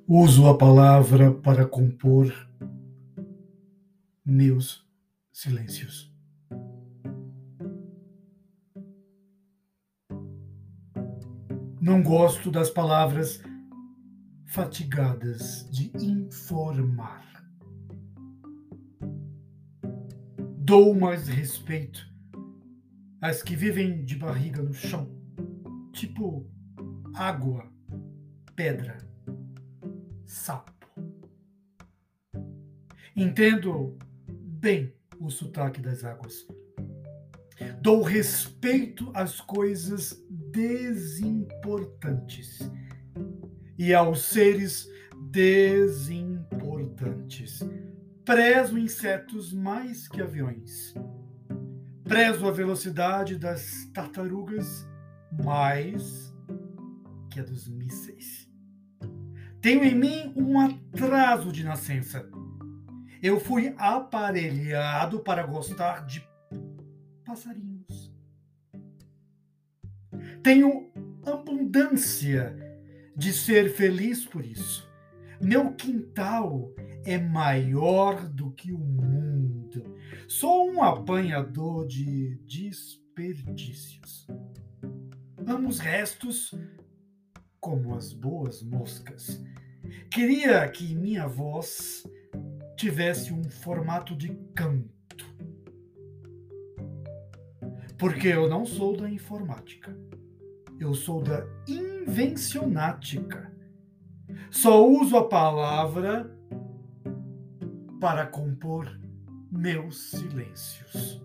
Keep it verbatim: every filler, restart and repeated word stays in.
Uso a palavra para compor meus silêncios. Não gosto das palavras fatigadas de informar. Dou mais respeito às que vivem de barriga no chão, tipo água, pedra, sapo. Entendo bem o sotaque das águas. Dou respeito às coisas desimportantes e aos seres desimportantes. Prezo insetos mais que aviões. Prezo a velocidade das tartarugas mais que a dos mísseis. Tenho em mim um atraso de nascença. Eu fui aparelhado para gostar de passarinhos. Tenho abundância de ser feliz por isso. Meu quintal é maior do que o mundo. Sou um apanhador de desperdícios. Amo os restos como as boas moscas. Queria que minha voz tivesse um formato de canto. Porque eu não sou da informática. Eu sou da invencionática. Só uso a palavra para compor meus silêncios.